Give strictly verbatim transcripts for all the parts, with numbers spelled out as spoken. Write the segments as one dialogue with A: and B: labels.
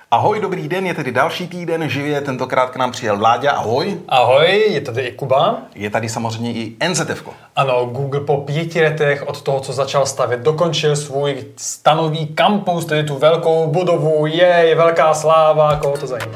A: Ahoj, dobrý den, je tedy další týden živě, tentokrát k nám přijel Vláďa, ahoj.
B: Ahoj, je tady i Kuba.
A: Je tady samozřejmě i N Z F ko.
B: Ano, Google po pěti letech od toho, co začal stavět, dokončil svůj stanový kampus, tedy tu velkou budovu, je, je velká sláva, koho to zajímá.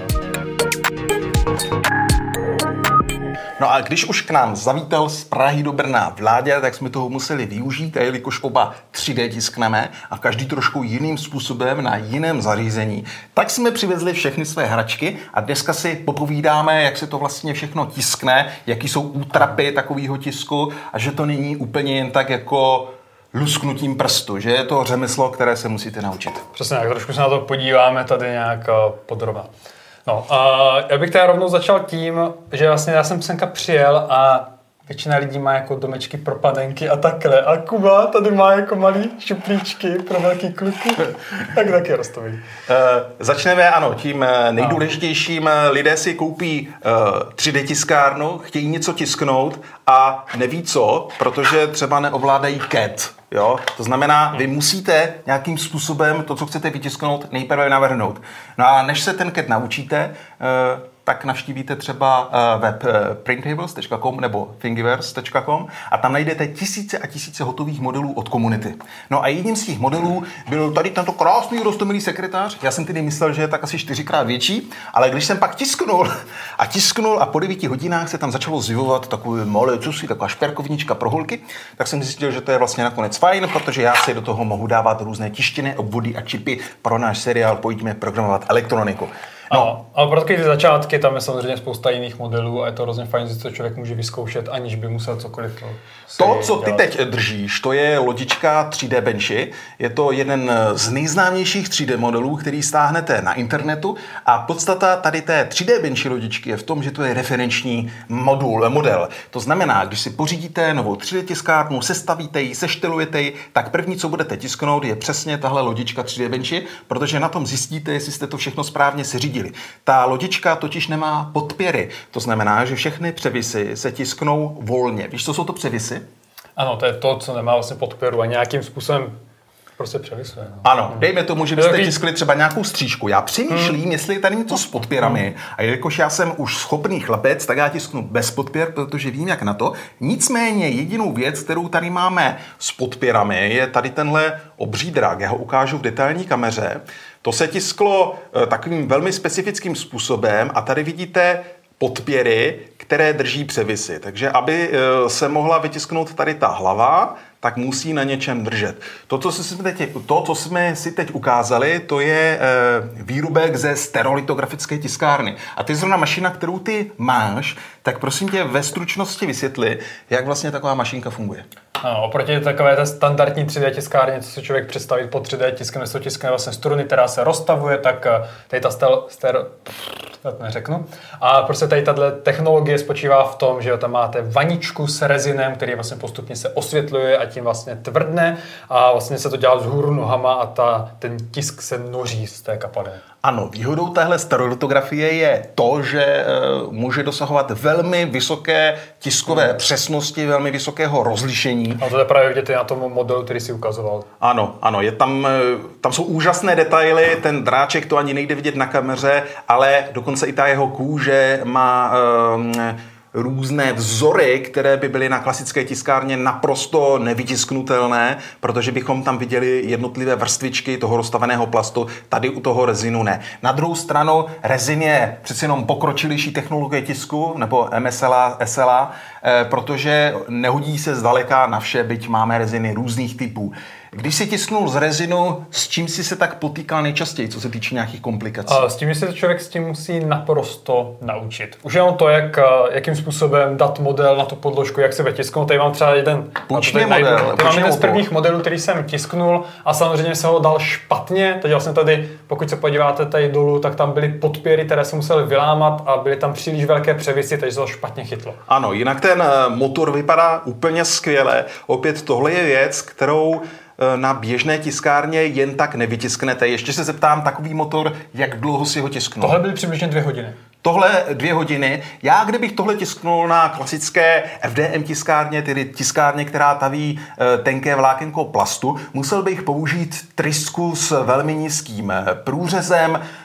A: No a když už k nám zavítal z Prahy do Brna Vláďa, tak jsme toho museli využít, a jelikož oba tři dé tiskneme a každý trošku jiným způsobem na jiném zařízení, tak jsme přivezli všechny své hračky a dneska si popovídáme, jak se to vlastně všechno tiskne, jaký jsou útrapy takového tisku a že to není úplně jen tak jako lusknutím prstu, že je to řemeslo, které se musíte naučit.
B: Přesně tak, trošku se na to podíváme tady nějak podrobně. No, a já bych teda rovnou začal tím, že vlastně já jsem semka přijel a většina lidí má jako domečky pro panenky a takhle. A Kuba tady má jako malý šuplíčky pro velký kluky. Tak taky roztoví. Uh,
A: začneme, ano, tím nejdůležitějším. Lidé si koupí uh, tři dé tiskárnu, chtějí něco tisknout a neví co, protože třeba neovládají C A D. Jo? To znamená, vy musíte nějakým způsobem to, co chcete vytisknout, nejprve navrhnout. No a než se ten C A D naučíte, uh, tak navštívíte třeba web printables tečka com nebo thingiverse tečka com a tam najdete tisíce a tisíce hotových modelů od komunity. No a jedním z těch modelů byl tady tento krásný roztomilý sekretář. Já jsem tedy myslel, že je tak asi čtyřikrát větší, ale když jsem pak tisknul a tisknul a po devíti hodinách se tam začalo zjevovat takové malé cosi, taková šperkovnička pro holky, tak jsem zjistil, že to je vlastně nakonec fajn, protože já si do toho mohu dávat různé tištěné obvody a čipy pro náš seriál Pojďme programovat elektroniku.
B: No, ale pro takové ty začátky tam je samozřejmě spousta jiných modelů a je to hrozně fajn, že to člověk může vyzkoušet, aniž by musel cokoliv to
A: To, co ty teď držíš, to je lodička tři dé Benchy. Je to jeden z nejznámějších tři dé modelů, který stáhnete na internetu a podstata tady té tři dé Benchy lodičky je v tom, že to je referenční modul, model. To znamená, když si pořídíte novou tři dé tiskárnu, sestavíte ji, seštelujete ji, tak první, co budete tisknout, je přesně tahle lodička tři dé Benchy, protože na tom zjistíte, jestli jste to všechno správně seřídili. Ta lodička totiž nemá podpěry. To znamená, že všechny převisy se tisknou volně. Víš, co jsou to převisy?
B: Ano, to je to, co nemá vlastně podpěru a nějakým způsobem prostě převisuje. No.
A: Ano, dejme tomu, že byste tiskli třeba nějakou střížku. Já přemýšlím, hmm. jestli je tady něco s podpěrami. Hmm. A jelikož já jsem už schopný chlapec, tak já tisknu bez podpěr, protože vím, jak na to. Nicméně jedinou věc, kterou tady máme s podpěrami, je tady tenhle obří drak. Já ho ukážu v detailní kameře. To se tisklo e, takovým velmi specifickým způsobem a tady vidíte podpěry, které drží převisy. Takže aby e, se mohla vytisknout tady ta hlava, tak musí na něčem držet. To, co jsme, teď, to, co jsme si teď ukázali, to je e, výrobek ze stereolitografické tiskárny. A ty zrovna mašina, kterou ty máš, tak prosím tě ve stručnosti vysvětli, jak vlastně taková mašinka funguje.
B: Ano, oproti takové té standardní tři dé tiskárně, co si člověk představí po tři dé tiskem, se tiskne vlastně struny, která se roztavuje, tak tady ta stel, ster, tak neřeknu. A prostě tady tato technologie spočívá v tom, že tam máte vaničku s rezinem, který vlastně postupně se osvětluje a tím vlastně tvrdne a vlastně se to dělá vzhůru nohama a ta, ten tisk se noří z té kapaliny.
A: Ano, výhodou téhle stereolitografie je to, že e, může dosahovat velmi vysoké tiskové hmm. přesnosti, velmi vysokého rozlišení.
B: A to je právě vidět na tom modelu, který si ukazoval.
A: Ano, ano, je tam, tam jsou úžasné detaily, ten dráček to ani nejde vidět na kameře, ale dokonce i ta jeho kůže má E, různé vzory, které by byly na klasické tiskárně naprosto nevytisknutelné, protože bychom tam viděli jednotlivé vrstvičky toho rozstaveného plastu, tady u toho rezinu ne. Na druhou stranu rezin je přeci jenom pokročilejší technologie tisku, nebo M S L A, S L A, eh, protože nehodí se zdaleka na vše, byť máme reziny různých typů. Když jsi tisknul z rezinu, s čím jsi se tak potýkal nejčastěji, co se týče nějakých komplikací?
B: A s tím, že se člověk s tím musí naprosto naučit. Už jenom to, jak, jakým způsobem dát model na tu podložku, jak se vytisknout. Tady mám třeba jeden,
A: tady model,
B: tady mám jeden z prvních modelů, který jsem tisknul a samozřejmě se ho dal špatně. Teď vlastně tady, pokud se podíváte tady dolů, tak tam byly podpěry, které se musely vylámat a byly tam příliš velké převisy, takže se to špatně chytlo.
A: Ano, jinak ten motor vypadá úplně skvěle. Opět tohle je věc, kterou na běžné tiskárně jen tak nevytisknete. Ještě se zeptám, takový motor, jak dlouho si ho tisknul?
B: Tohle byly přibližně dvě hodiny.
A: Tohle dvě hodiny. Já, kdybych tohle tisknul na klasické F D M tiskárně, tedy tiskárně, která taví e, tenké vlákenko plastu, musel bych použít trysku s velmi nízkým průřezem,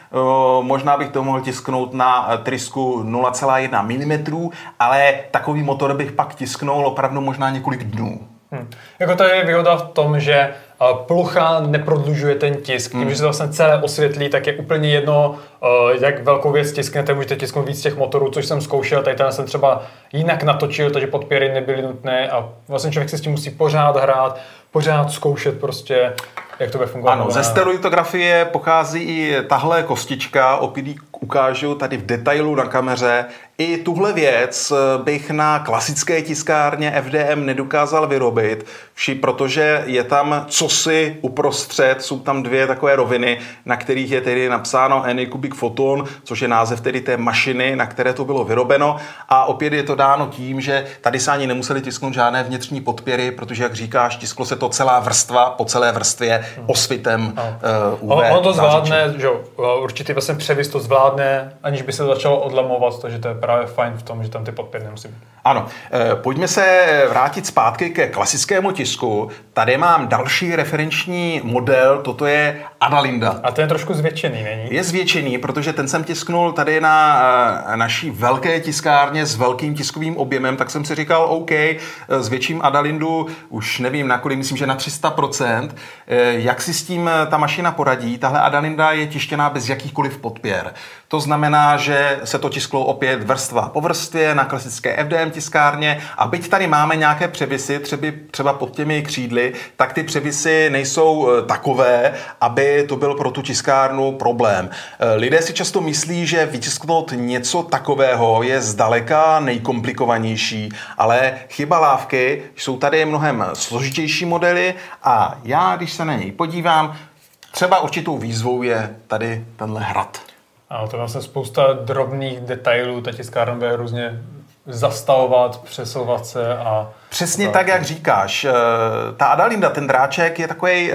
A: možná bych to mohl tisknout na trysku nula celá jedna milimetru, ale takový motor bych pak tisknul opravdu možná několik dnů.
B: Hmm. Jako to je výhoda v tom, že plucha neprodlužuje ten tisk. Tím, hmm. že se to vlastně celé osvětlí, tak je úplně jedno, jak velkou věc tisknete. Můžete tisknout víc těch motorů, což jsem zkoušel. Tady ten jsem třeba jinak natočil, takže podpěry nebyly nutné a vlastně člověk si s tím musí pořád hrát, pořád zkoušet prostě, jak to bude fungovat.
A: Ano, ze stereolitografie pochází i tahle kostička, opět ji ukážu tady v detailu na kameře. I tuhle věc bych na klasické tiskárně F D M nedokázal vyrobit, vši, protože je tam cosi uprostřed, jsou tam dvě takové roviny, na kterých je tedy napsáno Anycubic Photon, což je název tedy té mašiny, na které to bylo vyrobeno. A opět je to dáno tím, že tady se ani nemuseli tisknout žádné vnitřní podpěry, protože, jak říkáš, tisklo se to celá vrstva po celé vrstvě osvitem uh, U V.
B: On, on to zvládne, že určitý vlastně převis to zvládne, aniž by se to začalo odlamovat, takže to je právě fajn v tom, že tam ty podpěry nemusí být.
A: Ano, pojďme se vrátit zpátky ke klasickému tisku. Tady mám další referenční model, toto je Adalinda.
B: A ten je trošku zvětšený, není?
A: Je zvětšený, protože ten jsem tisknul tady na naší velké tiskárně s velkým tiskovým objemem, tak jsem si říkal, OK, zvětším Adalindu, už nevím na kolik, myslím, že na tři sta procent. Jak si s tím ta mašina poradí? Tahle Adalinda je tištěná bez jakýchkoliv podpěr. To znamená, že se to tisklo opět vrstva po vrstvě na klasické F D M tiskárně a byť tady máme nějaké převisy, třeba, třeba pod těmi křídly, tak ty převisy nejsou takové, aby to byl pro tu tiskárnu problém. Lidé si často myslí, že vytisknout něco takového je zdaleka nejkomplikovanější, ale chyba lávky, jsou tady mnohem složitější modely a já, když se na něj podívám, třeba určitou výzvou je tady tenhle hrad.
B: Ano, to je vlastně spousta drobných detailů, ta tiskárna bude různě zastavovat, přesouvat se a...
A: Přesně tak, tak, jak říkáš. Ta Adalinda, ten dráček je takovej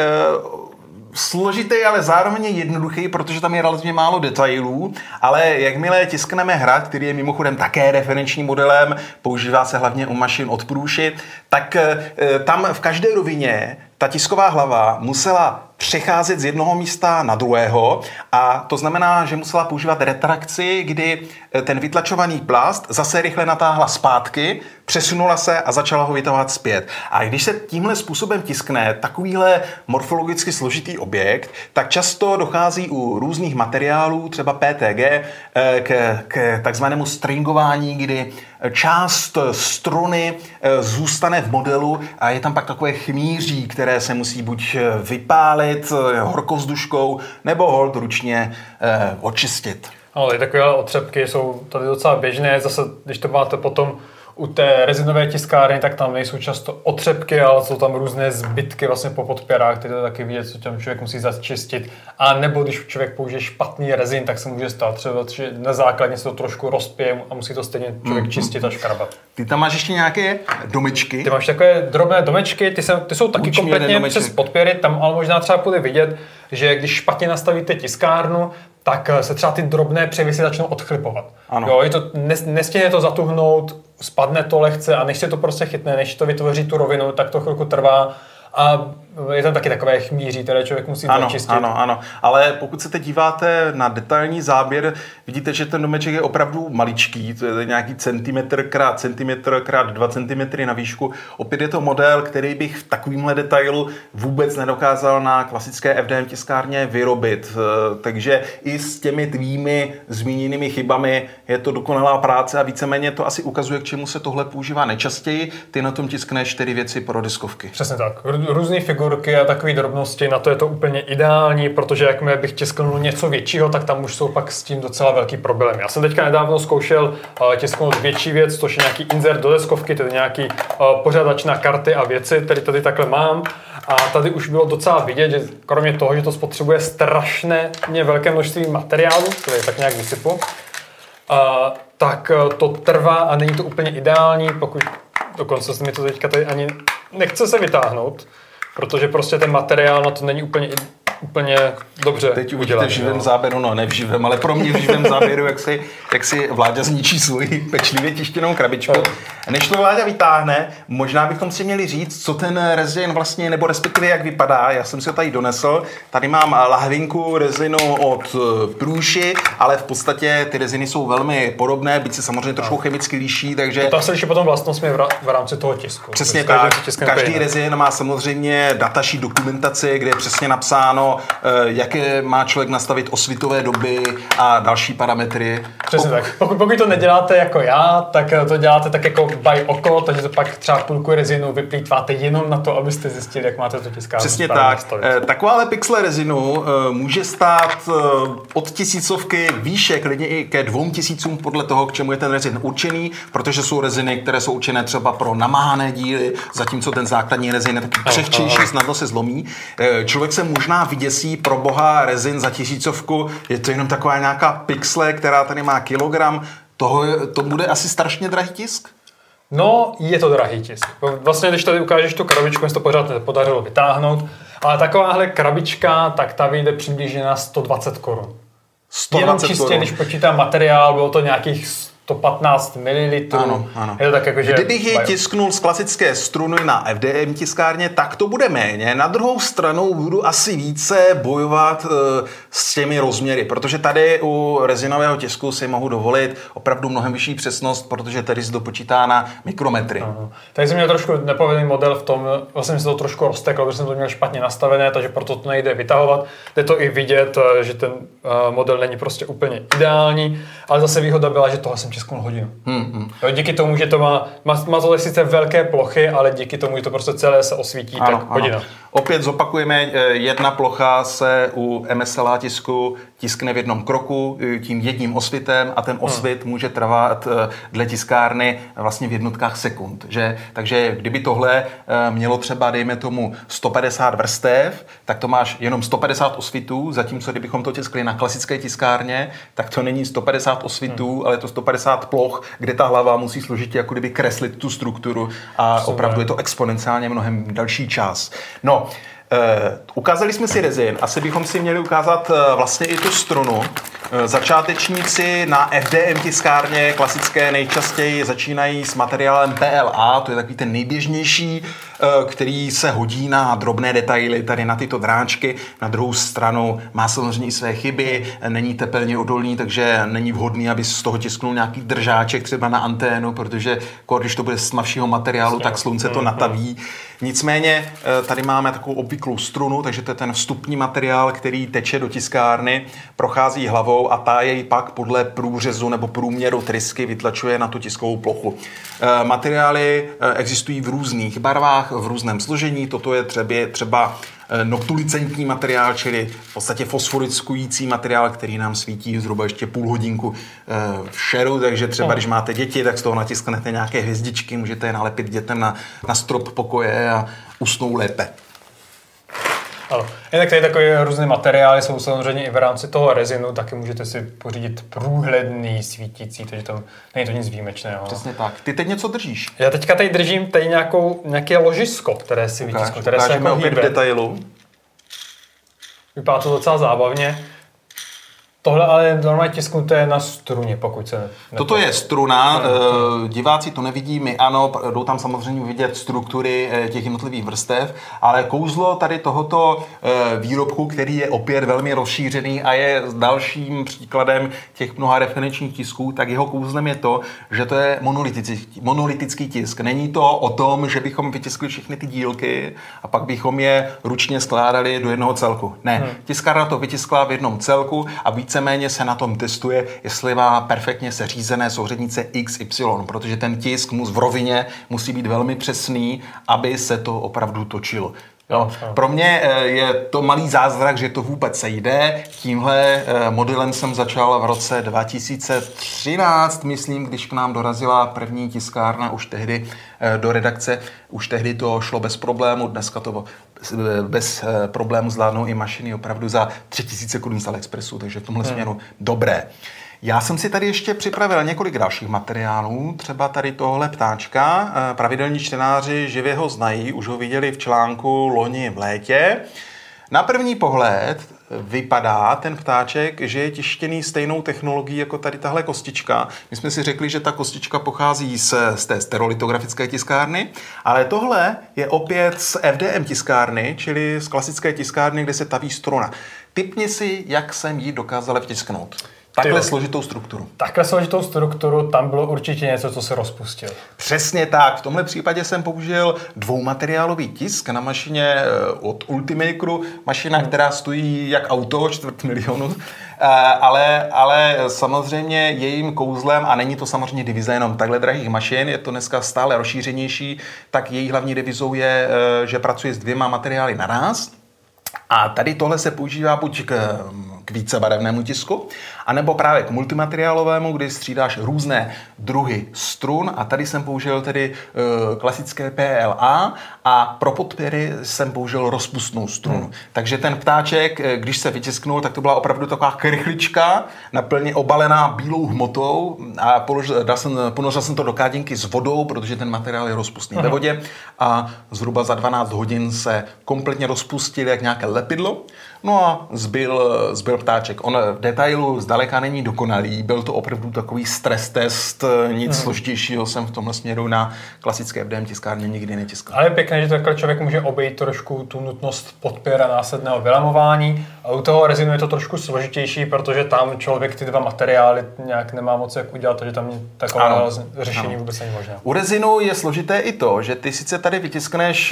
A: složitý, ale zároveň jednoduchý, protože tam je relativně málo detailů, ale jakmile tiskneme hrad, který je mimochodem také referenčním modelem, používá se hlavně u mašin od Průši, tak tam v každé rovině ta tisková hlava musela přecházet z jednoho místa na druhého a to znamená, že musela používat retrakci, kdy ten vytlačovaný plast zase rychle natáhla zpátky, přesunula se a začala ho vytahovat zpět. A když se tímhle způsobem tiskne takovýhle morfologicky složitý objekt, tak často dochází u různých materiálů, třeba P T G, k, k takzvanému stringování, kdy část struny zůstane v modelu a je tam pak takové chmíří, které se musí buď vypálit horkovzduškou nebo holt ručně eh, očistit.
B: No, takové otřepky jsou tady docela běžné. Zase, když to máte potom u té rezinové tiskárny, tak tam nejsou často otřepky, ale jsou tam různé zbytky vlastně po podpěrách, které to taky vidět, co tam člověk musí začistit. A nebo když člověk použije špatný rezin, tak se může stát třeba, že na základně se to trošku rozpěje a musí to stejně člověk čistit a škrabat.
A: Ty tam máš ještě nějaké domečky?
B: Ty máš takové drobné domečky, ty, se, ty jsou taky
A: Uč
B: kompletně přes podpěry, tam ale možná třeba bude vidět, že když špatně nastavíte tiskárnu, tak se třeba ty drobné převisy začnou odchlipovat.
A: Ano.
B: Jo, je to, nestihne to zatuhnout, spadne to lehce a než se to prostě chytne, než to vytvoří tu rovinu, tak to chvilku trvá a je tam taky takové chmíří, které člověk musí
A: ano,
B: začistit.
A: Ano, ano, ale pokud se teď díváte na detailní záběr, vidíte, že ten domeček je opravdu maličký, to je nějaký centimetr krát centimetr krát dva centimetry na výšku. Opět je to model, který bych v takovémhle detailu vůbec nedokázal na klasické F D M tiskárně vyrobit. Takže i s těmi tvými zmíněnými chybami je to dokonalá práce a víceméně to asi ukazuje, k čemu se tohle používá nejčastěji. Ty na tom tiskneš čtyři věci pro diskovky.
B: Přesně tak. Různé figurky a takové drobnosti, na to je to úplně ideální, protože jakmile bych tisknul něco většího, tak tam už jsou pak s tím docela velký problém. Já jsem teďka nedávno zkoušel uh, tisknout větší věc, což je nějaký insert do deskovky, tedy nějaký uh, pořadač na karty a věci, který tady takhle mám. A tady už bylo docela vidět, že kromě toho, že to spotřebuje strašně velké množství materiálu, který tak nějak vysypu, uh, tak to trvá a není to úplně ideální, pokud dokonce se mi to teďka tady ani nechce se vytáhnout, protože prostě ten materiál na to není úplně úplně dobře
A: Teď uvidíte v živém záběru, no ne v živém, ale pro mě v živém záběru, jak si, jak si Vláďa zničí svoji pečlivě tištěnou krabičku. Než to Vláďa vytáhne, možná bychom si měli říct, co ten rezin vlastně, nebo respektive jak vypadá. Já jsem si ho tady donesl. Tady mám lahvinku rezinu od Průši, ale v podstatě ty reziny jsou velmi podobné, byť se samozřejmě trošku chemicky liší, takže...
B: To se liší potom vlastnostmi v rámci toho tisku.
A: Přesně tak. Každý rezin má samozřejmě dataší dokumentaci, kde je přesně napsáno, jaké má člověk nastavit osvětové doby a další parametry.
B: Přesně tak. Pokud, pokud to neděláte jako já, tak to děláte tak jako by oko, takže to pak třeba půlku rezinu vyplýtváte jenom na to, abyste zjistili, jak máte to tiskárnu.
A: Přesně tak. Nastavit. Takováhle pixle rezinu může stát od tisícovky výše, klidně i ke dvou tisícům podle toho, k čemu je ten rezin určený, protože jsou reziny, které jsou určené třeba pro namáhané díly, zatímco ten základní rezin je taky křehčejší, snadno se zlomí. Člověk se možná vyděsí, pro boha, rezin za tisícovku, je to jenom taková nějaká pixle, která tady má kilogram, toho, to bude asi strašně drahý tisk?
B: No, je to drahý tisk. Vlastně, když tady ukážeš tu krabičku, se to pořád nepodařilo vytáhnout, ale takováhle krabička, tak ta vyjde přibližně na sto dvacet korun. Jenom čistě, korun. Když počítám materiál, bylo to nějakých sto patnáct mililitrů.
A: Ano, ano.
B: Je to tak jako, že
A: kdybych ji tisknul z klasické struny na F D M tiskárně, tak to bude méně. Na druhou stranu budu asi více bojovat e, s těmi rozměry, protože tady u rezinového tisku si mohu dovolit opravdu mnohem vyšší přesnost, protože tady se to počítá na mikrometry.
B: Ano. Tady jsem měl trošku nepovedený model v tom, vlastně se to trošku rozteklo, protože jsem to měl špatně nastavené, takže proto to nejde vytahovat. Jde to i vidět, že ten model není prostě úplně ideální, ale zase výhoda byla, že toho jsem tisknul hodinu. Hmm, hmm. Jo, díky tomu, že to má, má, má to sice velké plochy, ale díky tomu, že to prostě celé se osvítí, ano, tak hodina.
A: Ano. Opět zopakujeme, jedna plocha se u M S L A tisku tiskne v jednom kroku tím jedním osvitem a ten osvit hmm. může trvat dle tiskárny vlastně v jednotkách sekund. Že? Takže kdyby tohle mělo třeba, dejme tomu, sto padesát vrstev, tak to máš jenom sto padesát osvitů, zatímco kdybychom to tiskli na klasické tiskárně, tak to není sto padesát osvitů, hmm. ale je to sto padesát ploch, kde ta hlava musí složitě jako kdyby kreslit tu strukturu a Super. Opravdu je to exponenciálně mnohem další čas. No, Uh, ukázali jsme si rezin, asi bychom si měli ukázat uh, vlastně i tu strunu. Uh, začátečníci na F D M tiskárně klasické nejčastěji začínají s materiálem P L A, to je takový ten nejběžnější, uh, který se hodí na drobné detaily, tady na tyto dráčky. Na druhou stranu má samozřejmě i své chyby, není tepelně odolný, takže není vhodný, aby z toho tisknul nějaký držáček třeba na anténu, protože když to bude z tmavšího materiálu, tak slunce to nataví. Nicméně tady máme takovou obvyklou strunu, takže to je ten vstupní materiál, který teče do tiskárny, prochází hlavou a ta jej pak podle průřezu nebo průměru trysky vytlačuje na tu tiskovou plochu. E, materiály existují v různých barvách, v různém složení, toto je třeba, třeba noctilucentní materiál, čili v podstatě fosforiskující materiál, který nám svítí zhruba ještě půl hodinku v šeru, takže třeba když máte děti, tak z toho natisknete nějaké hvězdičky, můžete je nalepit dětem na, na strop pokoje a usnou lépe.
B: Ano. Jinak tady takové různé materiály jsou samozřejmě i v rámci toho rezinu, taky můžete si pořídit průhledný svítící, takže tam není to nic výjimečného.
A: Přesně tak. Ty teď něco držíš.
B: Já teďka tady držím tady nějakou, nějaké ložisko, které si vytisknu, které se jako
A: hýbe. Detailu.
B: Vypadá to docela zábavně. Tohle ale je normálně tisknuté na struně, pokud se... Nepůjde.
A: Toto je struna, e, diváci to nevidí, my ano, jdou tam samozřejmě vidět struktury těch jednotlivých vrstev, ale kouzlo tady tohoto e, výrobku, který je opět velmi rozšířený a je dalším příkladem těch mnoha referenčních tisků, tak jeho kouzlem je to, že to je monolitický, monolitický tisk. Není to o tom, že bychom vytiskli všechny ty dílky a pak bychom je ručně skládali do jednoho celku. Ne, hmm. tiskárna to vytiskla v jednom celku a víc víceméně se na tom testuje, jestli má perfektně seřízené souřadnice X Y, protože ten tisk mus v rovině musí být velmi přesný, aby se to opravdu točilo. Jo. Pro mě je to malý zázrak, že to vůbec sejde. Tímhle modelem jsem začal v roce dva tisíce třináct, myslím, když k nám dorazila první tiskárna už tehdy do redakce. Už tehdy to šlo bez problému, dneska to bez problému zvládnou i mašiny opravdu za tři tisíce korun z AliExpressu, takže v tomhle hmm. směru dobré. Já jsem si tady ještě připravil několik dalších materiálů, třeba tady tohle ptáčka. Pravidelní čtenáři živě ho znají, už ho viděli v článku loni v létě. Na první pohled vypadá ten ptáček, že je tištěný stejnou technologií jako tady tahle kostička. My jsme si řekli, že ta kostička pochází z, z té stereolitografické tiskárny, ale tohle je opět z F D M tiskárny, čili z klasické tiskárny, kde se taví struna. Tipni si, jak jsem ji dokázala vtisknout. Takhle složitou strukturu.
B: Takhle složitou strukturu, tam bylo určitě něco, co se rozpustil.
A: Přesně tak. V tomhle případě jsem použil dvoumateriálový tisk na mašině od Ultimakeru. Mašina, hmm. která stojí jak auto, čtvrt milionu. Ale, ale samozřejmě jejím kouzlem, a není to samozřejmě divize jenom takhle drahých mašin, je to dneska stále rozšířenější, tak její hlavní divizou je, že pracuje s dvěma materiály naraz. A tady tohle se používá buď k, k vícebarevnému tisku, anebo právě k multimateriálovému, kdy střídáš různé druhy strun, a tady jsem použil tedy e, klasické P L A a pro podpěry jsem použil rozpustnou strunu. Hmm. Takže ten ptáček, když se vytisknul, tak to byla opravdu taková krychlička, naplně obalená bílou hmotou, a položil, dal jsem, ponořil jsem to do kádinky s vodou, protože ten materiál je rozpustný hmm. ve vodě, a zhruba za dvanáct hodin se kompletně rozpustil jak nějaké lepidlo. No a zbyl, zbyl ptáček. On v detailu zdaleka není dokonalý, byl to opravdu takový stres test, nic hmm. složitějšího jsem v tomhle směru na klasické F D M tiskárně nikdy netiskal.
B: Ale je pěkné, že takhle člověk může obejít trošku tu nutnost podpěra následného vylamování, a u toho rezinu je to trošku složitější, protože tam člověk ty dva materiály nějak nemá moc jak udělat, takže tam takové ano. řešení ano. vůbec není možné.
A: U rezinu je složité i to, že ty sice tady vytiskneš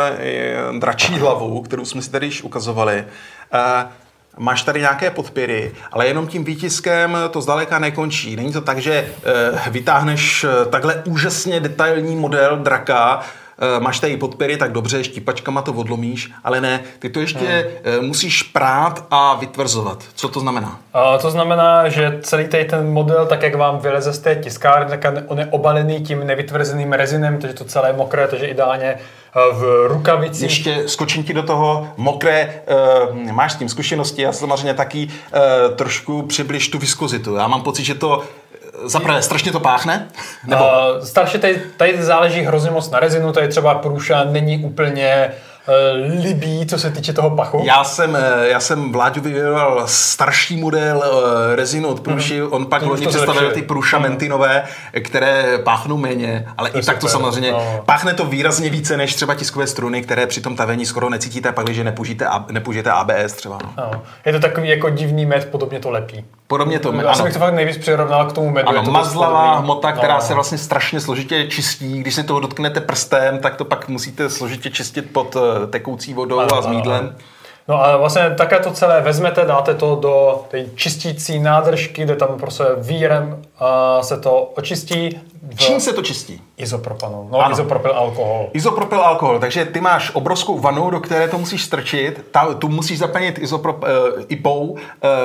A: uh, dračí hlavu, kterou jsme si tady již ukazovali, Uh, máš tady nějaké podpěry, ale jenom tím výtiskem to zdaleka nekončí. Není to tak, že uh, vytáhneš uh, takhle úžasně detailní model draka, uh, máš tady podpěry, tak dobře, štípačkama to odlomíš, ale ne, ty to ještě hmm. uh, musíš prát a vytvrzovat. Co to znamená?
B: Uh, to znamená, že celý tady ten model, tak jak vám vyleze z té tiskárny, tak on je obalený tím nevytvrzeným rezinem, takže to celé je mokré, takže ideálně v rukavicích.
A: Ještě skočím ti do toho mokré, uh, máš s tím zkušenosti a samozřejmě taky uh, trošku přibliž tu viskozitu. Já mám pocit, že to zaprvé strašně to páchne? Nebo?
B: Uh, starší tady, tady záleží hrozně moc na rezinu, tady třeba průša není úplně uh, libý, co se týče toho pachu.
A: Já jsem, já jsem Vláďu vyvěroval starší model uh, rezinu od průši, mm. on pak loni představil ty průša mentinové, které páchnou méně, ale to i tak to samozřejmě, no. páchne to výrazně více než třeba tiskové struny, které při tom tavení skoro necítíte, pak, když nepoužijete, nepoužijete A B S třeba. No.
B: No. Je to takový jako divný med, podobně to lepí.
A: Podobně to.
B: Já bych to fakt nejvíc přirovnal k tomu medu.
A: Ano, mazlavá hmota, která no. se vlastně strašně složitě čistí. Když se toho dotknete prstem, tak to pak musíte složitě čistit pod tekoucí vodou ano, a s mýdlem. Ano.
B: No a vlastně také to celé vezmete, dáte to do té čistící nádržky, kde tam prostě vírem a se to očistí.
A: V... Čím se to čistí?
B: Izopropanou. No, ano. izopropyl alkohol.
A: Izopropyl alkohol, takže ty máš obrovskou vanu, do které to musíš strčit, ta, tu musíš zaplnit izoprop, uh, ipou, uh,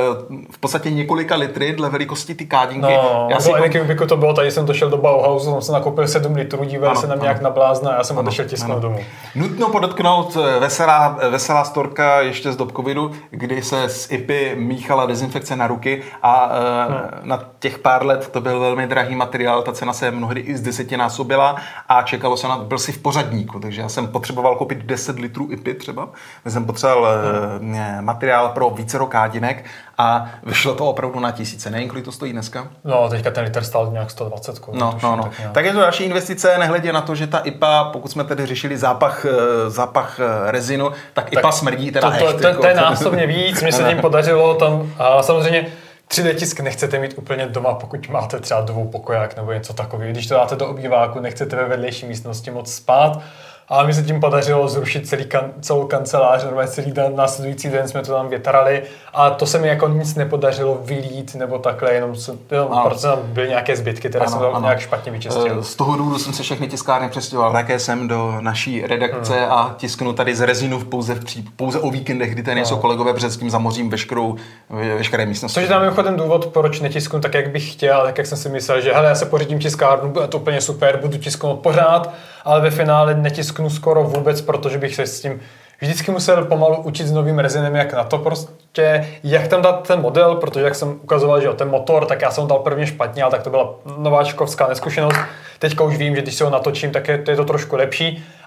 A: v podstatě několika litry dle velikosti ty kádinky.
B: No, já do Anycubicu to bylo, tady jsem došel do Bauhausu, jsem se nakoupil sedm litrů, díval se na mě jak na blázna a já jsem odešel tisknout domů.
A: Nutno podotknout veselá, veselá storka ještě z dob covidu, kdy se z ipy míchala dezinfekce na ruky a uh, hmm. na těch pár let to byl velmi drahý materiál, ta cena se mnohdy i z desetinásobila a čekalo se na, byl si v pořadníku, takže já jsem potřeboval koupit deset litrů ipy třeba, já jsem potřeboval hmm. materiál pro vícero kádinek a vyšlo to opravdu na tisíce, nevím, kolik to stojí dneska.
B: No, teďka ten litr stál nějak sto dvacet korun.
A: No, no, no. Tak, tak je to další investice, nehledě na to, že ta ipa, pokud jsme tedy řešili zápach, zápach rezinu, tak, tak ipa smrdí teda
B: to, to, to, to je násobně víc, mně se tím podařilo tam, a samozřejmě tři dé tisk nechcete mít úplně doma, pokud máte třeba dvoupokoják nebo něco takového. Když to dáte do obýváku, nechcete ve vedlejší místnosti moc spát. A mi se tím podařilo zrušit celý kan, celou kancelář, normálně celý den, následující den jsme to tam větrali a to se mi jako nic nepodařilo vylít nebo takhle, jenom, jenom protože tam byly nějaké zbytky, které ano, jsem tam ano. nějak špatně vyčistil.
A: Z toho důvodu jsem se všechny tiskárny přestěhoval, také jsem do naší redakce hmm. a tisknu tady z rezinu pouze, v pří, pouze o víkendech, kdy tady nejsou no. kolegové, protože s tím zamořím veškerou, veškeré místnosti.
B: Což je tam mimochodem důvod, proč netisknu tak, jak bych chtěl, tak jak jsem si myslel, že hele, já se pořídím tiskárnu, bude to úplně super, budu tisknout pořád, ale ve finále netisknu skoro vůbec, protože bych se s tím vždycky musel pomalu učit s novým rezinem, jak na to prostě, jak tam dát ten model, protože jak jsem ukazoval, že jo, ten motor, tak já jsem dal prvně špatně, ale tak to byla nováčkovská neskušenost. Teďka už vím, že když se ho natočím, tak je, je to trošku lepší,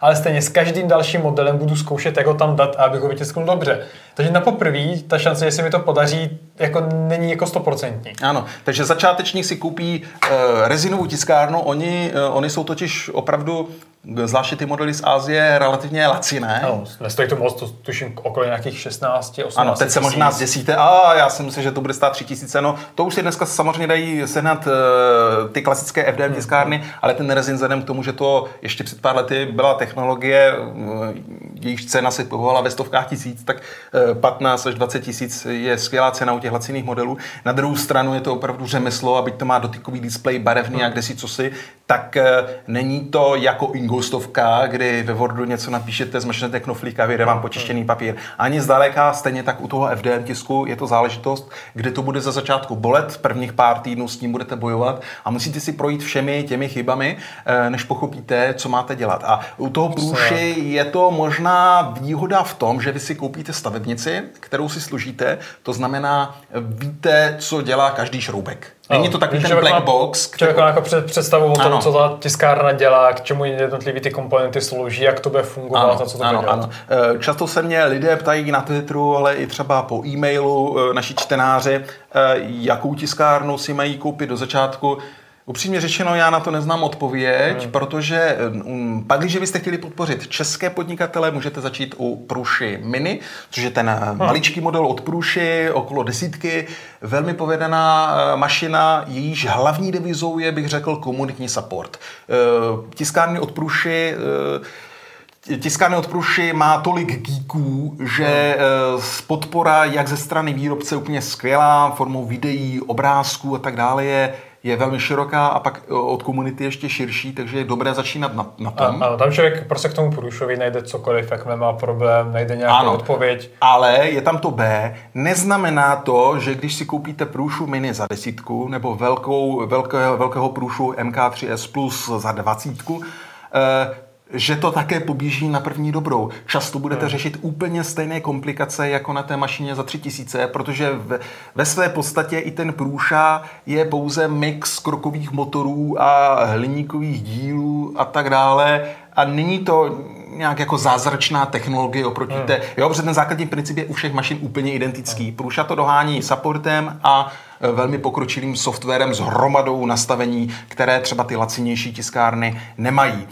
B: ale stejně s každým dalším modelem budu zkoušet, jak ho tam dát, abych ho vytisknul dobře. Takže na poprvé ta šance, že se mi to podaří, jako není jako stoprocentní.
A: Ano, takže začátečník si koupí uh, rezinovou tiskárnu, oni, uh, oni jsou totiž opravdu, zvláště ty modely z Asie, relativně laciné.
B: Ano, nestojí to moc, to tuším okolo nějakých šestnáct, osmnáct.
A: Ano, teď se možná zděsíte, a já si myslím, že to bude stát tři tisíce, no to už si dneska samozřejmě dají sehnat uh, ty klasické F D M hmm. tiskárny, ale ten rezin vzhledem k tomu, že to ještě před pár lety byla technologie, uh, jejíž cena se pohovala ve stovkách tisíc, tak uh, patnáct až dvacet tisíc je skvělá cena u těch laciných modelů. Na druhou stranu je to opravdu řemeslo, aby to má dotykový displej barevný hmm. a kdesi cosi, tak uh, není to jako ingostovka, kdy ve Wordu něco napíšete, zmačnete knoflík a vyjde vám počištěný papír. Ani zdaleka, stejně tak u toho F D M tisku je to záležitost, kde to bude za začátku bolet, prvních pár týdnů s tím budete bojovat a musíte si projít všemi těmi chybami, než pochopíte, co máte dělat. A u toho průši je to možná výhoda v tom, že vy si koupíte stavebnici, kterou si složíte, to znamená, víte, co dělá každý šroubek. Není to takový ten black box.
B: Člověk má jako představu o tom, ano. co ta tiskárna dělá, k čemu jednotlivý ty komponenty slouží, jak to bude fungovat
A: ano,
B: a co to
A: ano,
B: bude dělat.
A: Ano. Často se mě lidé ptají na Twitteru, ale i třeba po e-mailu naši čtenáři, jakou tiskárnu si mají koupit do začátku. Upřímně řečeno, já na to neznám odpověď, hmm. protože um, pak, když byste chtěli podpořit české podnikatele, můžete začít u Prushi Mini, což je ten hmm. maličký model od Prushi, okolo desítky, velmi povedená uh, mašina, jejíž hlavní devizou je, bych řekl, komunitní support. Uh, tiskárny od Prushi uh, Tiskárny od Prushi má tolik geeků, že hmm. podpora jak ze strany výrobce úplně skvělá, formou videí, obrázků a tak dále je je velmi široká a pak od komunity ještě širší, takže je dobré začínat na, na tom.
B: Ano, tam člověk prostě k tomu Prushovi najde cokoliv, jak nemá problém, najde nějakou ano, odpověď.
A: Ale je tam to B. Neznamená to, že když si koupíte Prushu Mini za desítku nebo velkou, velkého, velkého Prushu M K tři S Plus za dvacítku, eh, že to také poběží na první dobrou. Často budete hmm. řešit úplně stejné komplikace jako na té mašině za tři tisíce, protože ve, ve své podstatě i ten Prusa je pouze mix krokových motorů a hliníkových dílů a tak dále. A není to nějak jako zázračná technologie oproti hmm. té. Jo, protože ten základní princip je u všech mašin úplně identický. Hmm. Prusa to dohání supportem a velmi pokročilým softwarem s hromadou nastavení, které třeba ty lacinější tiskárny nemají.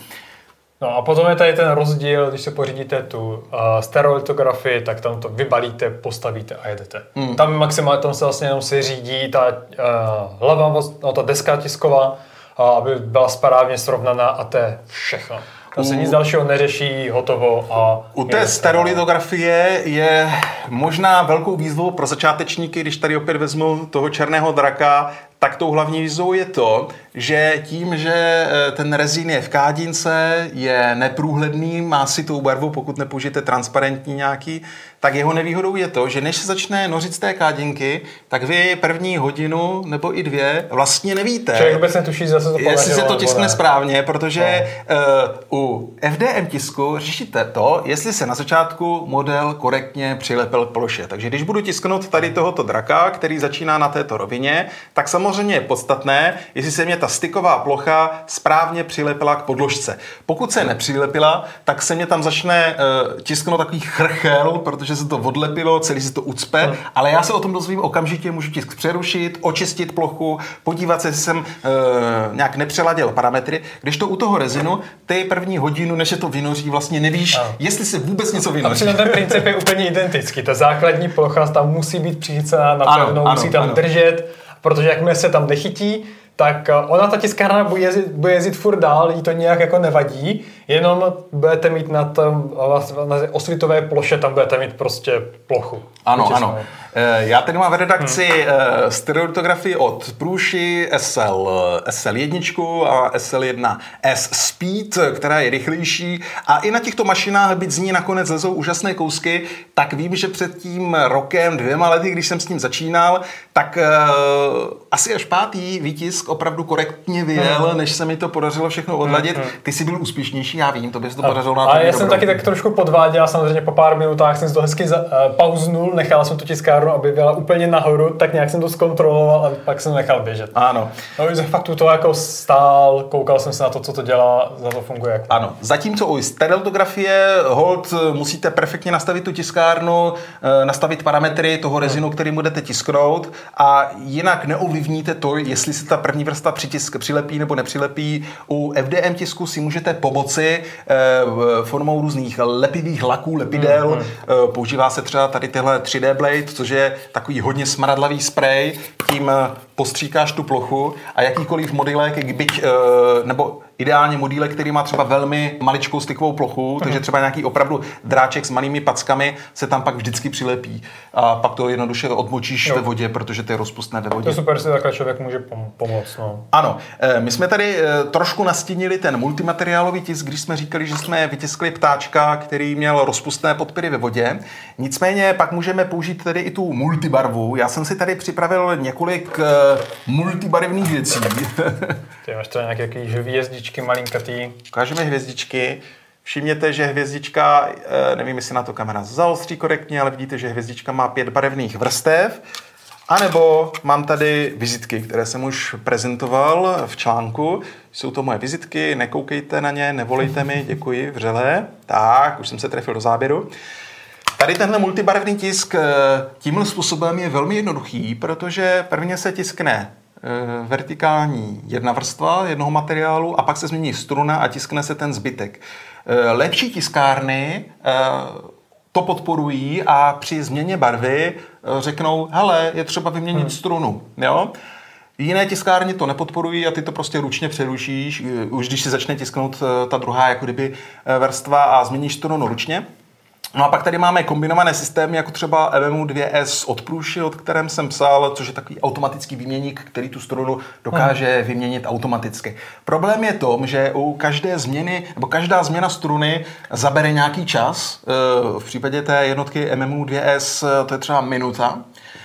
B: No a potom je tady ten rozdíl, když se pořídíte tu uh, stereolitografii, tak tam to vybalíte, postavíte a jedete. Hmm. Tam maximálně tam se vlastně jenom se řídí ta uh, hlava, no, ta deska tisková, uh, aby byla správně srovnaná a to je všechno. Tam se nic dalšího neřeší, hotovo. A
A: u té stereolitografie je možná velkou výzvou pro začátečníky, když tady opět vezmu toho černého draka, tak tou hlavní výzvou je to, že tím, že ten rezín je v kádince, je neprůhledný, má si tou barvu, pokud nepoužijete transparentní nějaký, tak jeho nevýhodou je to, že než se začne nořit z té kádinky, tak vy první hodinu nebo i dvě vlastně nevíte.
B: Člověk vůbec netuší, zase to
A: jestli se to tiskne správně, protože no. uh, u F D M tisku řešíte to, jestli se na začátku model korektně přilepil k ploše. Takže když budu tisknout tady tohoto draka, který začíná na této rovině, tak samozřejmě je podstatné, jestli se mě ta styková plocha správně přilepila k podložce. Pokud se nepřilepila, tak se mě tam začne uh, tisknout takový chrchel, protože se to odlepilo, celý se to ucpe, hmm. ale já se o tom dozvím okamžitě, můžu tisk přerušit, očistit plochu, podívat se, jestli jsem uh, nějak nepřeladil parametry. Když to u toho rezinu, ty první hodinu, než se to vynoří, vlastně nevíš, no. jestli se vůbec něco vynoří.
B: A přitom ten princip je úplně identický. Ta základní plocha tam musí být přichycená na pevnou, musí tam ano. držet, protože jakmile se tam nechytí, tak ona ta tiskárna bude jezdit, bude jezdit furt dál, jí to nějak jako nevadí, jenom budete mít na, tom, na osvitové ploše, tam budete mít prostě plochu.
A: Ano, Utěsnou. ano. Já tady mám v redakci hmm. stereolitografii od Prushi S L, S L jedna a S L jedna S Speed, která je rychlejší a i na těchto mašinách, byť z ní nakonec lezou úžasné kousky, tak vím, že před tím rokem, dvěma lety, když jsem s tím začínal, tak uh, asi až pátý výtisk opravdu korektně vyjel, hmm. než se mi to podařilo všechno odladit. Hmm. Ty jsi byl úspěšnější, já vím, to by se to
B: a,
A: podařilo na
B: A já
A: dobrou.
B: jsem taky tak trošku podváděl, samozřejmě po pár minutách jsem si to hezky za, uh, pauznul, nechal jsem tu tiskárnu, aby byla úplně nahoru, tak nějak jsem to zkontroloval a pak jsem nechal běžet.
A: Ano.
B: No, ze faktu to jako stál, koukal jsem se na to, co to dělá, za to funguje. Jak
A: ano. Zatímco u stereolitografie hold musíte perfektně nastavit tu tiskárnu, nastavit parametry toho rezinu, který budete tisknout a jinak neovlivníte to, jestli se ta první vrstva přitisk, přilepí nebo nepřilepí. U F D M tisku si můžete pomoci formou různých lepivých laků, lepidel. Mm, mm. Používá se třeba tady tyhle tři dé Blade, což je takový hodně smradlavý sprej, tím postříkáš tu plochu a jakýkoliv modílek, byť, nebo ideálně modílek, který má třeba velmi maličkou stykovou plochu, takže třeba nějaký opravdu dráček s malými packami se tam pak vždycky přilepí. A pak to jednoduše odmočíš jo. ve vodě, protože to je rozpustné ve vodě.
B: To je super, že takhle člověk může pom- pomoct. No.
A: Ano, my jsme tady trošku nastínili ten multimateriálový tisk, když jsme říkali, že jsme vytiskli ptáčka, který měl rozpustné podpěry ve vodě. Nicméně pak můžeme použít tedy i tu multibarvu. Já jsem si tady připravil několik multibarevných věcí.
B: Ty máš tady nějaké hvězdičky malinkatý.
A: Ukážeme hvězdičky. Všimněte, že hvězdička, nevím, jestli na to kamera zaostří korektně, ale vidíte, že hvězdička má pět barevných vrstev. A nebo mám tady vizitky, které jsem už prezentoval v článku. Jsou to moje vizitky, nekoukejte na ně, nevolejte mi, děkuji, vřele. Tak, už jsem se trefil do záběru. Tady tenhle multibarevný tisk tímhle způsobem je velmi jednoduchý, protože prvně se tiskne vertikální jedna vrstva jednoho materiálu a pak se změní struna a tiskne se ten zbytek. Lepší tiskárny to podporují a při změně barvy řeknou, hele, je třeba vyměnit hmm. strunu. Jo? Jiné tiskárny to nepodporují a ty to prostě ručně přerušíš, už když si začne tisknout ta druhá jako kdyby vrstva a změníš strunu ručně. No a pak tady máme kombinované systémy, jako třeba M M U dva S od Prushi, od kterém jsem psal, což je takový automatický výměník, který tu strunu dokáže hmm. vyměnit automaticky. Problém je tom, že u každé změny, nebo každá změna struny zabere nějaký čas. V případě té jednotky M M U dva S to je třeba minuta.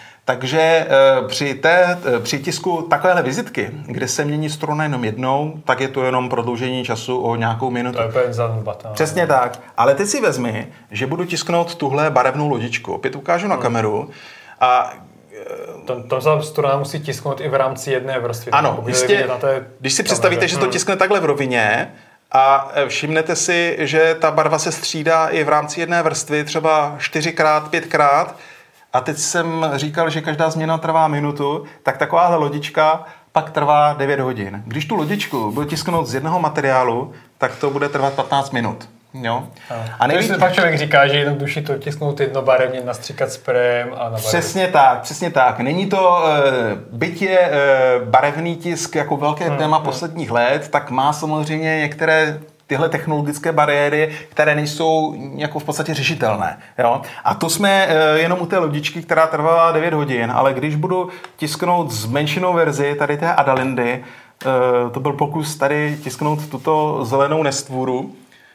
A: Takže při, té, při tisku takovéhle vizitky, kde se mění struna jenom jednou, tak je to jenom prodloužení času o nějakou minutu.
B: To je úplně zanedbatelné.
A: Přesně tak. Ale teď si vezmi, že budu tisknout tuhle barevnou lodičku. Opět ukážu na hmm. kameru. A
B: tam se struna musí tisknout i v rámci jedné vrstvy.
A: Ano, jistě, když si představíte, že to tiskne takhle v rovině a všimnete si, že ta barva se střídá i v rámci jedné vrstvy, třeba čtyřikrát, pětkrát, a teď jsem říkal, že každá změna trvá minutu, tak takováhle lodička pak trvá devět hodin. Když tu lodičku budu tisknout z jednoho materiálu, tak to bude trvat patnáct minut. Jo?
B: A nejvíc... Takže pak člověk říká, že je jednodušší to tisknout jednobarevně, nastříkat sprejem a nabarvit.
A: Přesně tak, přesně tak. Není to, byť je barevný tisk jako velké hmm, téma hmm. posledních let, tak má samozřejmě některé tyhle technologické bariéry, které nejsou jako v podstatě řešitelné. Jo? A to jsme e, jenom u té lodičky, která trvala devět hodin, ale když budu tisknout zmenšenou verzi tady té Adalindy, e, to byl pokus tady tisknout tuto zelenou nestvůru,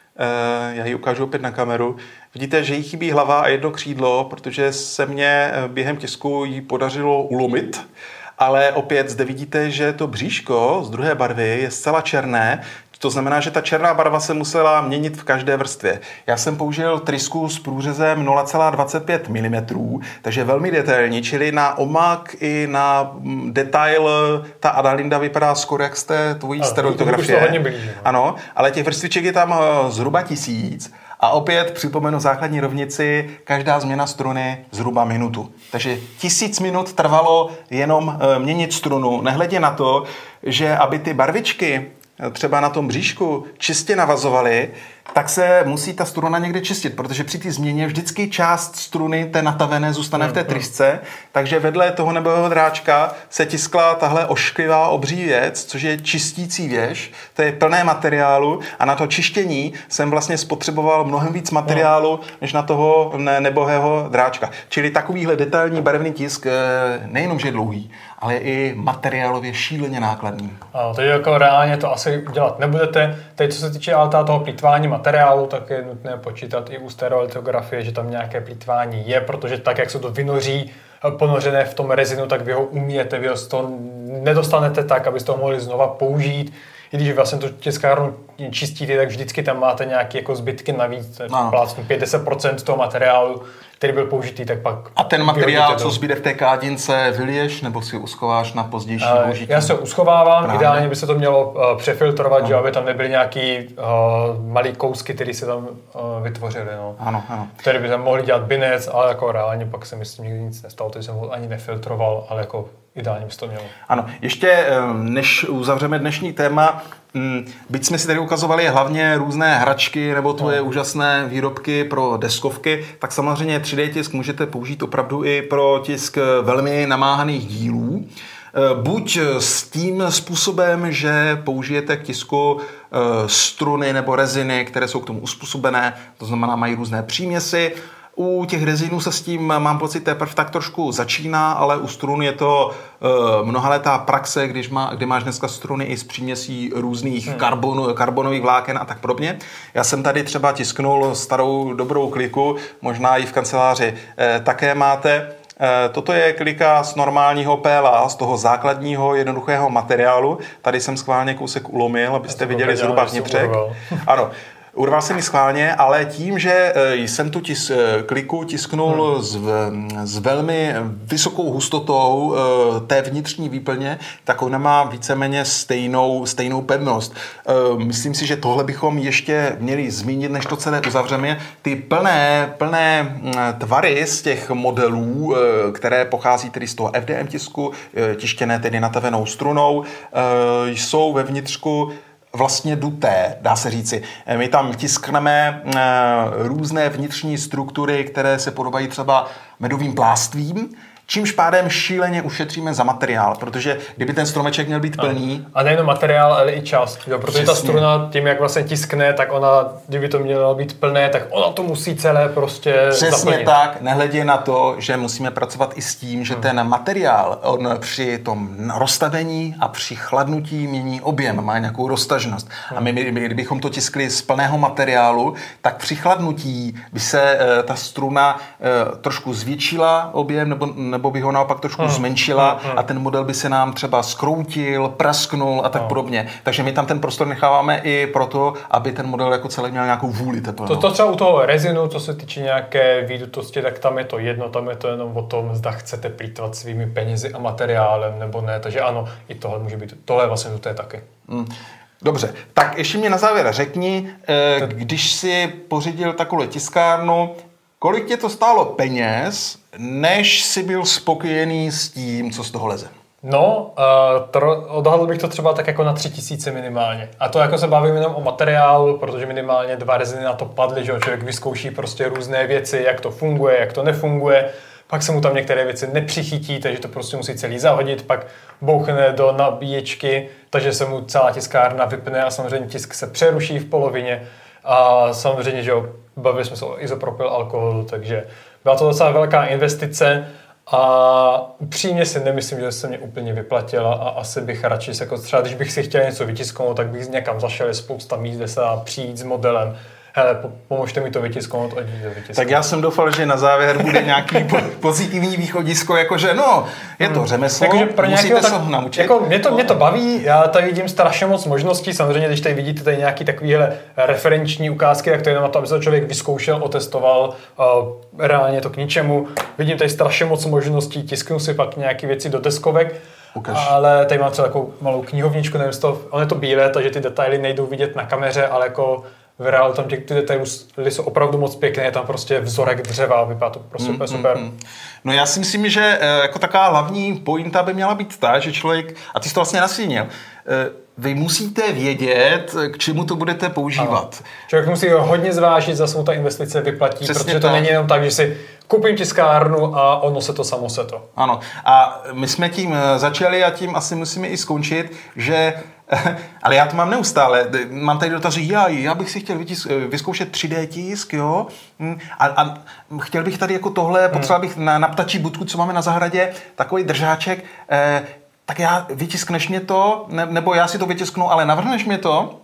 A: e, já ji ukážu opět na kameru, vidíte, že jí chybí hlava a jedno křídlo, protože se mě během tisku jí podařilo ulomit, ale opět zde vidíte, že to bříško z druhé barvy je zcela černé. To znamená, že ta černá barva se musela měnit v každé vrstvě. Já jsem použil trysku s průřezem nula celá dvacet pět milimetrů, takže velmi detailní, čili na omak i na detail ta Adalinda vypadá skoro jak z té tvojí stereolitografie. Ano, ale těch vrstviček je tam zhruba tisíc. A opět připomenu základní rovnici, každá změna struny zhruba minutu. Takže tisíc minut trvalo jenom měnit strunu, nehledě na to, že aby ty barvičky třeba na tom bříšku čistě navazovaly, tak se musí ta struna někde čistit, protože při té změně vždycky část struny té natavené zůstane v té trysce, takže vedle toho nebojového dráčka se tiskla tahle ošklivá obří věc, což je čistící věž, to je plné materiálu a na to čištění jsem vlastně spotřeboval mnohem víc materiálu, než na toho nebohého dráčka. Čili takovýhle detailní barevný tisk nejenom, že je dlouhý, ale je i materiálově šíleně nákladný.
B: Ano, teď jako reálně to asi dělat nebudete. Teď co se týče ale toho plýtvání materiálu, tak je nutné počítat i u stereolitografie, že tam nějaké plýtvání je, protože tak, jak se to vynoří ponořené v tom rezinu, tak vy ho umíjete, vy ho z toho nedostanete tak, abyste ho mohli znova použít. i když vlastně tu tiskárnu čistíte, tak vždycky tam máte nějaké jako zbytky navíc, plácnu pět až deset procent toho materiálu, který byl použitý, tak pak...
A: A ten materiál, co zbyde v té kádince, vyliješ nebo si uschováš na pozdější
B: uh,
A: použití?
B: Já se ho uschovávám,
A: Právě.
B: Ideálně by se to mělo uh, přefiltrovat, no. Že aby tam nebyly nějaký uh, malý kousky, které se tam uh, vytvořily. No.
A: Ano, ano.
B: Které by tam mohli dělat binec, ale jako reálně pak se myslím nikdy nic nestalo, takže jsem ho ani nefiltroval, ale jako ideálně by se to mělo.
A: Ano, ještě než uzavřeme dnešní téma, byť jsme si tady ukazovali hlavně různé hračky nebo tvoje no. úžasné výrobky pro deskovky, tak samozřejmě tři dé tisk můžete použít opravdu i pro tisk velmi namáhaných dílů. Buď s tím způsobem, že použijete k tisku struny nebo reziny, které jsou k tomu uspůsobené, to znamená mají různé příměsi. U těch rezinů se s tím, mám pocit, teprve tak trošku začíná, ale u strun je to e, mnohaletá praxe, když má, kdy máš dneska struny i s příměsí různých hmm. karbon, karbonových vláken a tak podobně. Já jsem tady třeba tisknul starou dobrou kliku, možná i v kanceláři e, také máte. E, toto je klika z normálního P L A, z toho základního jednoduchého materiálu. Tady jsem schválně kousek ulomil, abyste viděli zhruba vnitřek. Ano. Urval jsem ji schválně, ale tím, že jsem tu tis, kliku tisknul hmm. s, s velmi vysokou hustotou té vnitřní výplně, tak ona má víceméně stejnou, stejnou pevnost. Myslím si, že tohle bychom ještě měli zmínit, než to celé uzavřeme. Ty plné, plné tvary z těch modelů, které pochází tedy z toho F D M tisku, tištěné tedy natavenou strunou, jsou ve vnitřku vlastně duté, dá se říci. My tam tiskneme e, různé vnitřní struktury, které se podobají třeba medovým pláství, čímž pádem šíleně ušetříme za materiál, protože kdyby ten stromeček měl být plný...
B: A nejen materiál, ale i čas, jo, protože přesně. Ta struna tím, jak vlastně tiskne, tak ona, kdyby to mělo být plné, tak ona to musí celé prostě
A: Přesně
B: zaplnit.
A: tak, nehledě na to, že musíme pracovat i s tím, že hmm. ten materiál on při tom rozstavení a při chladnutí mění objem, má nějakou roztažnost. Hmm. A my, my, kdybychom to tiskli z plného materiálu, tak při chladnutí by se e, ta struna e, trošku zvětšila objem, nebo nebo by ho naopak trošku hmm. zmenšila hmm. a ten model by se nám třeba skroutil, prasknul a tak hmm. podobně. Takže my tam ten prostor necháváme i proto, aby ten model jako celý měl nějakou vůli teplnou.
B: To, to třeba u toho rezinu, co se týče nějaké výdutosti, tak tam je to jedno, tam je to jenom o tom, zda chcete plýtvat svými penězi a materiálem nebo ne. Takže ano, i tohle může být, tohle je vlastně to je taky. Hmm.
A: Dobře, tak ještě mi na závěr řekni, když si pořídil takovou tiskárnu, kolik tě to stálo peněz, než jsi byl spokojený s tím, co z toho leze?
B: No, uh, odhadl bych to třeba tak jako na tři tisíce minimálně. A to jako se bavím jenom o materiálu, protože minimálně dva reziny na to padly, že člověk vyzkouší prostě různé věci, jak to funguje, jak to nefunguje. Pak se mu tam některé věci nepřichytí, takže to prostě musí celý zahodit, pak bouchne do nabíječky, takže se mu celá tiskárna vypne a samozřejmě tisk se přeruší v polovině. A samozřejmě, že jo, bavili jsme se o izopropyl alkoholu, takže byla to docela velká investice a upřímně si nemyslím, že se mě úplně vyplatila a asi bych radši, jako třeba když bych si chtěl něco vytisknout, tak bych někam zašel, je spousta míst, kde se dá přijít s modelem. Hele, pomožte mi to vytisknout, ať to vytisknout.
A: Tak já jsem doufal, že na závěr bude nějaký po, pozitivní východisko, jakože no, je to řemeslo,
B: takže pro
A: musíte
B: tak,
A: se ho naučit.
B: Jako, mě, to, mě to baví, já tady vidím strašně moc možností, samozřejmě, když tady vidíte tady nějaký takovýhle referenční ukázky, tak to je jenom na to, aby se to člověk vyzkoušel, otestoval, uh, reálně to k ničemu. Vidím tady strašně moc možností, tisknu si pak nějaké věci do deskovek, Ukaž. Ale tady mám třeba takovou malou knihovničku, nevím, to, on je to bílé, takže ty detaily nejdou vidět na kameře, ale jako v reálu tam ty detaily jsou opravdu moc pěkné, je tam prostě vzorek dřeva, vypadá to prostě mm, super. Mm, mm.
A: No já si myslím, že jako taková hlavní pointa by měla být ta, že člověk, a ty jsi to vlastně nasínil, vy musíte vědět, k čemu to budete používat.
B: Ano. Člověk musí hodně zvážit, zase mu ta investice vyplatí, přesně protože to tak. Není jenom tak, že si koupím tiskárnu a ono se to samo se to.
A: Ano. A my jsme tím začali a tím asi musíme i skončit, že ale já to mám neustále. Mám tady dotazy, já, já bych si chtěl vytisk, vyzkoušet tři dé tisk, jo? A, a chtěl bych tady jako tohle, potřeboval bych na, na ptačí budku, co máme na zahradě, takový držáček, eh, tak já vytiskneš mě to, ne, nebo já si to vytisknu, ale navrhneš mě to?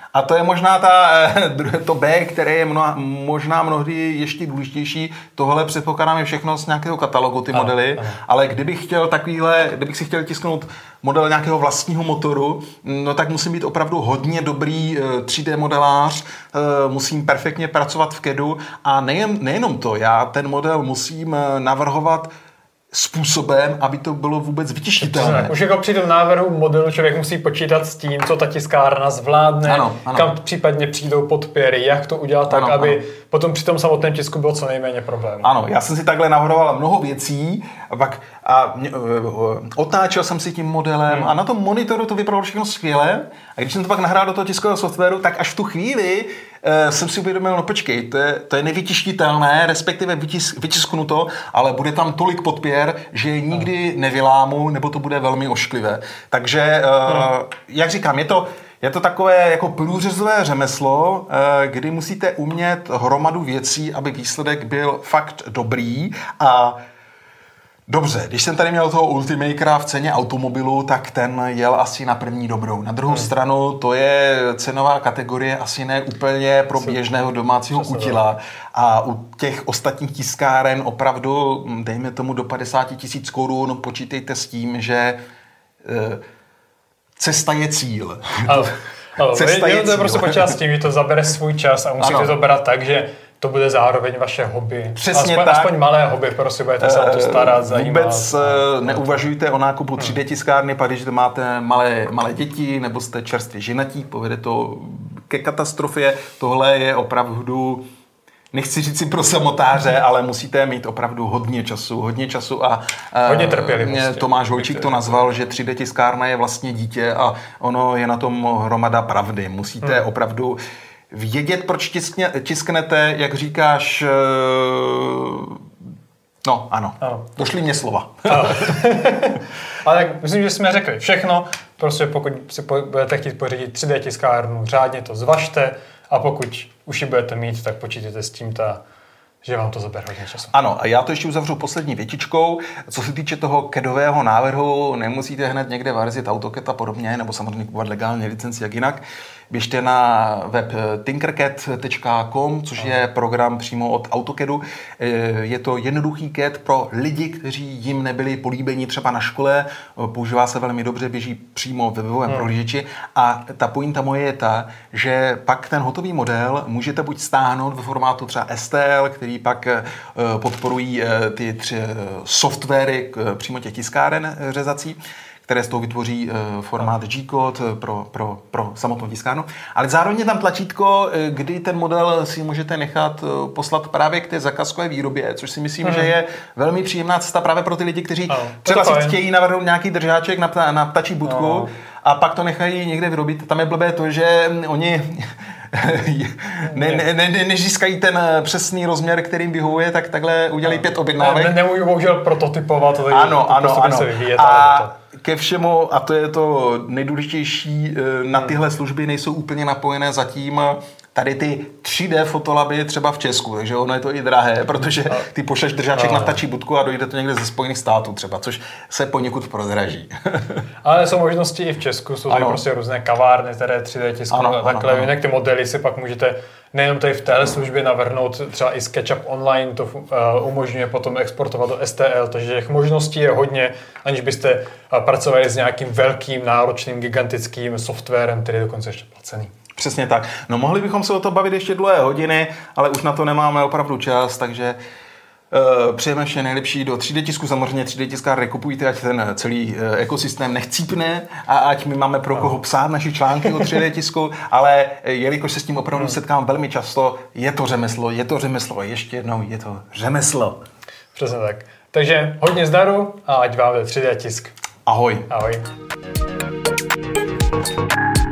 A: A to je možná ta, to B, které je mnoha, možná mnohdy ještě důležitější. Tohle předpokládáme všechno z nějakého katalogu, ty ano, modely, ano. Ale kdybych chtěl takovýhle, kdybych si chtěl tisknout model nějakého vlastního motoru, no tak musím být opravdu hodně dobrý tři dé modelář, musím perfektně pracovat v CADu a nejen, nejenom to, já ten model musím navrhovat způsobem, aby to bylo vůbec vytištitelné.
B: Už jako při tom návrhu modelu člověk musí počítat s tím, co ta tiskárna zvládne, ano, ano. kam případně přijdou podpěry, jak to udělat tak, ano, aby ano. potom při tom samotném tisku bylo co nejméně problémů.
A: Ano, já jsem si takhle navrhoval mnoho věcí a pak a mě, otáčel jsem si tím modelem hmm. a na tom monitoru to vypadalo všechno skvěle a když jsem to pak nahrál do toho tiskového softwaru, tak až v tu chvíli uh, jsem si uvědomil, no počkej, to je, to je nevytištitelné, respektive vytisk, vytisknu to, ale bude tam tolik podpěr, že je nikdy nevylámu, nebo to bude velmi ošklivé. Takže, uh, hmm. jak říkám, je to Je to takové jako průřezové řemeslo, kdy musíte umět hromadu věcí, aby výsledek byl fakt dobrý. A dobře, když jsem tady měl toho Ultimakera v ceně automobilu, tak ten jel asi na první dobrou. Na druhou hmm. stranu to je cenová kategorie asi ne úplně pro běžného domácího utila. A u těch ostatních tiskáren opravdu, dejme tomu do padesát tisíc korun, počítejte s tím, že cesta je cíl.
B: Ale, ale cesta je, je to je prostě počítat s tím, že to zabere svůj čas a musíte ano. to brát tak, že to bude zároveň vaše hobby.
A: Přesně
B: aspoň,
A: tak.
B: Aspoň malé hobby, prostě budete se o to starat, zajímat.
A: Vůbec a... neuvažujte o nákupu tři dé tiskárny, pak když máte malé, malé děti nebo jste čerstvě ženatí, povede to ke katastrofě. Tohle je opravdu... Nechci říct si pro samotáře, ale musíte mít opravdu hodně času, hodně času a
B: hodně trpělivosti.
A: Tomáš Holčík to nazval, že tři dé tiskárna je vlastně dítě a ono je na tom hromada pravdy. Musíte hmm. opravdu vědět, proč tiskne, tisknete, jak říkáš, no ano, ano. Došly mě slova.
B: Ale tak myslím, že jsme řekli všechno, prostě pokud si budete chtít pořídit tři dé tiskárnu, řádně to zvažte. A pokud už ji budete mít, tak počítejte s tím, ta, že vám to zabere hodně času.
A: Ano, a já to ještě uzavřu poslední větičkou. Co se týče toho CADového návrhu, nemusíte hned někde varzit AutoCAD a podobně, nebo samozřejmě kupovat legální licenci, jak jinak. Běžte na web tinkercad tečka com, což je program přímo od AutoCADu. Je to jednoduchý C A D pro lidi, kteří jim nebyli políbeni třeba na škole. Používá se velmi dobře, běží přímo ve webovém hmm. prohlížeči. A ta pointa moje je ta, že pak ten hotový model můžete buď stáhnout ve formátu třeba S T L, který pak podporují ty tři softwary přímo těch tiskáren řezací, které z toho vytvoří uh, formát G-Code pro, pro, pro samotnou tiskárnu. Ale zároveň je tam tlačítko, kdy ten model si můžete nechat uh, poslat právě k té zakázkové výrobě, což si myslím, mm. že je velmi příjemná cesta právě pro ty lidi, kteří no, třeba si chtějí navrhnout nějaký držáček na, pta, na ptačí budku no. a pak to nechají někde vyrobit. Tam je blbé to, že oni... ne, ne, ne, než získají ten přesný rozměr, kterým vyhovuje, tak takhle udělají pět objednávek.
B: Ne, nemůžu bohužel prototypovat, to
A: ano, ano,
B: prostě
A: ano.
B: se vyvíjet.
A: A ke všemu, a to je to nejdůležitější, na tyhle služby nejsou úplně napojené zatím tady ty tři dé fotolaby třeba v Česku, takže ono je to i drahé, protože ty pošleš držáček no. na ptačí budku a dojde to někde ze Spojených států třeba, což se poněkud prodraží.
B: Ale jsou možnosti i v Česku, jsou tady prostě různé kavárny, které tři dé tiskují a takhle, jinak ty modely si pak můžete nejenom tady v téhle službě navrhnout, třeba i SketchUp Online to uh, umožňuje potom exportovat do S T L, takže těch možností je hodně, aniž byste uh, pracovali s nějakým velkým, náročným, gigantickým softwarem, který je dokonce ještě placený.
A: Přesně tak. No mohli bychom se o to bavit ještě dlouhé hodiny, ale už na to nemáme opravdu čas, takže uh, přejeme vše nejlepší do tři dé tisku. Samozřejmě tři dé tiskárny kupujte, ať ten celý uh, ekosystém nechcípne a ať my máme pro koho psát naši články o tři dé tisku, ale jelikož se s tím opravdu setkám velmi často, je to řemeslo, je to řemeslo a ještě jednou je to řemeslo.
B: Přesně tak. Takže hodně zdaru a ať vám jde tři dé tisk.
A: Ahoj.
B: Ahoj.